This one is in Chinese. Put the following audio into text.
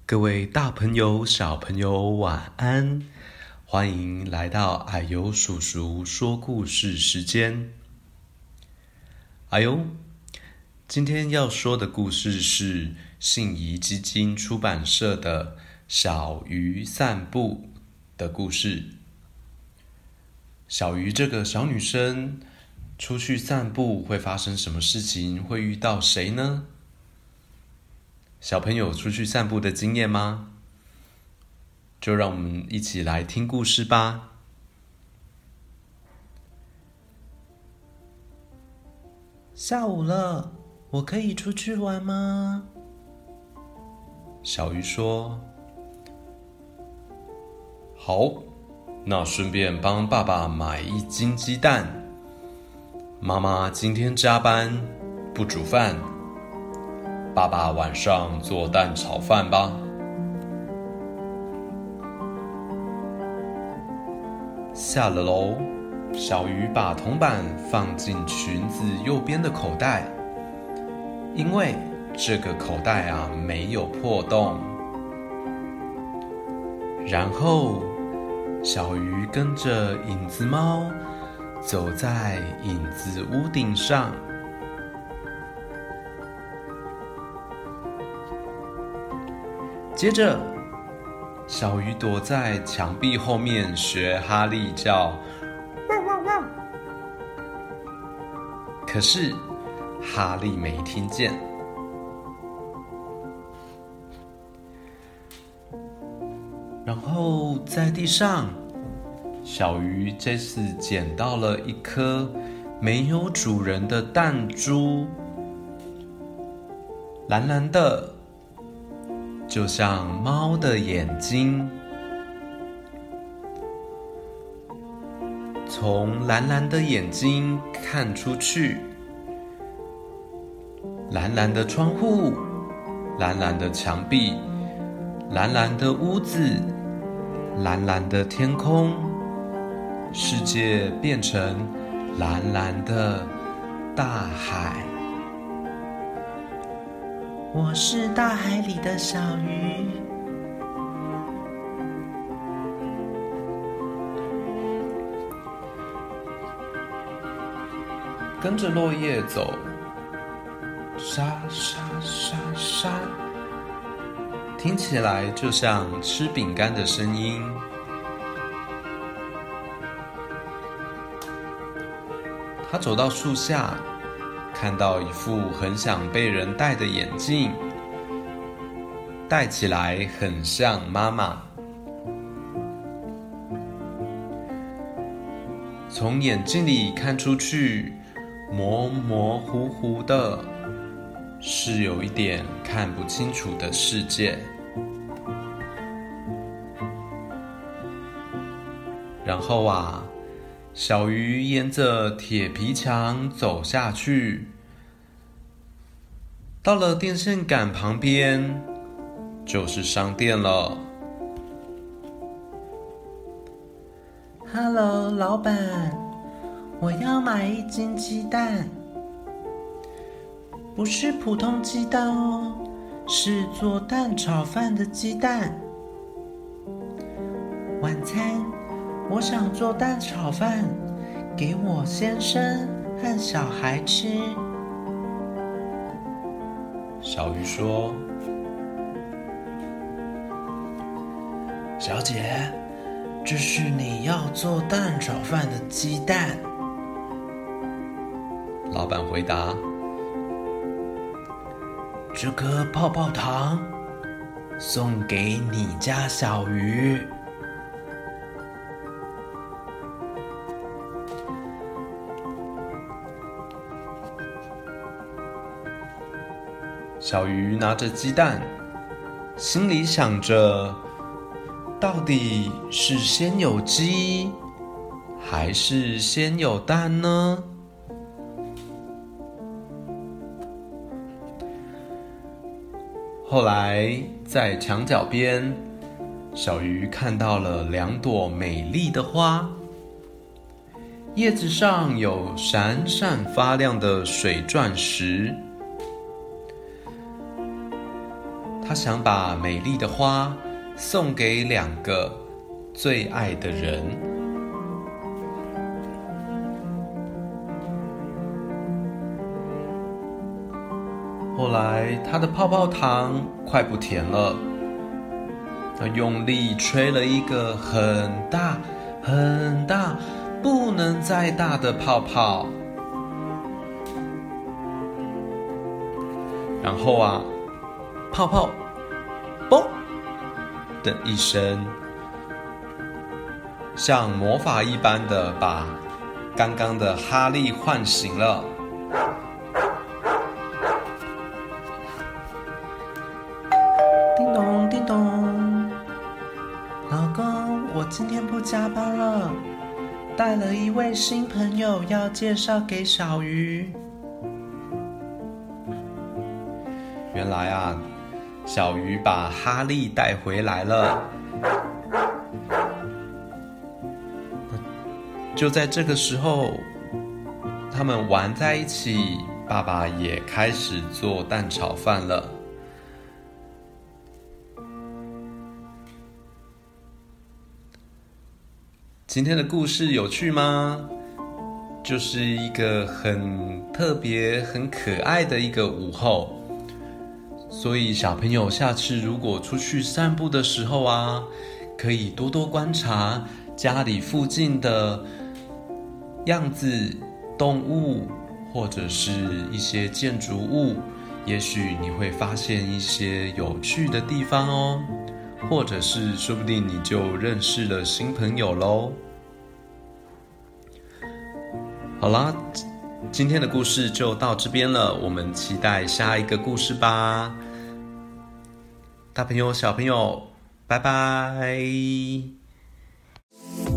各位大朋友、小朋友，晚安！欢迎来到啊呦叔叔说故事时间。啊呦，今天要说的故事是信宜基金出版社的《小鱼散步》的故事。小鱼这个小女生出去散步会发生什么事情？会遇到谁呢？小朋友出去散步的经验吗？就让我们一起来听故事吧。 下午了，我可以出去玩吗？ 小鱼说：好，那顺便帮爸爸买1斤鸡蛋。妈妈今天加班，不煮饭。爸爸晚上做蛋炒饭吧。下了楼，小鱼把铜板放进裙子右边的口袋，因为这个口袋没有破洞。然后，小鱼跟着影子猫走在影子屋顶上。接着，小鱼躲在墙壁后面学哈利叫汪汪汪。可是哈利没听见。然后在地上，小鱼这次捡到了一颗没有主人的弹珠，蓝蓝的，就像猫的眼睛。从蓝蓝的眼睛看出去，蓝蓝的窗户，蓝蓝的墙壁，蓝蓝的屋子，蓝蓝的天空，世界变成蓝蓝的大海。 我是大海里的小鱼。 跟着落叶走，沙沙沙沙，听起来就像吃饼干的声音。他走到树下，看到一副很想被人戴的眼镜，戴起来很像妈妈。从眼镜里看出去，模模糊糊的，是有一点看不清楚的世界。然后小鱼沿着铁皮墙走下去，到了电线杆旁边，就是商店了。 Hello， 老板，我要买1斤鸡蛋，不是普通鸡蛋哦，是做蛋炒饭的鸡蛋。晚餐，我想做蛋炒饭，给我先生和小孩吃。 小鱼说： 小姐，这是你要做蛋炒饭的鸡蛋。 老板回答： 这颗泡泡糖送给你家小鱼。 小鱼拿着鸡蛋，心里想着，到底是先有鸡，还是先有蛋呢？后来在墙角边，小鱼看到了2朵美丽的花，叶子上有闪闪发亮的水钻石。 他想把美丽的花送给2个最爱的人。后来他的泡泡糖快不甜了，他用力吹了一个很大很大不能再大的泡泡，然后泡泡嘣的一声，像魔法一般的把刚刚的哈利唤醒了。 叮咚叮咚，老公，我今天不加班了，带了一位新朋友要介绍给小鱼。 原来小鱼把哈利带回来了。就在这个时候，他们玩在一起，爸爸也开始做蛋炒饭了。今天的故事有趣吗？就是一个很特别、很可爱的一个午后。所以小朋友下次如果出去散步的时候可以多多观察家里附近的样子、动物或者是一些建筑物，也许你会发现一些有趣的地方哦，或者是说不定你就认识了新朋友咯。好啦，今天的故事就到这边了，我们期待下一个故事吧。大朋友、小朋友，拜拜。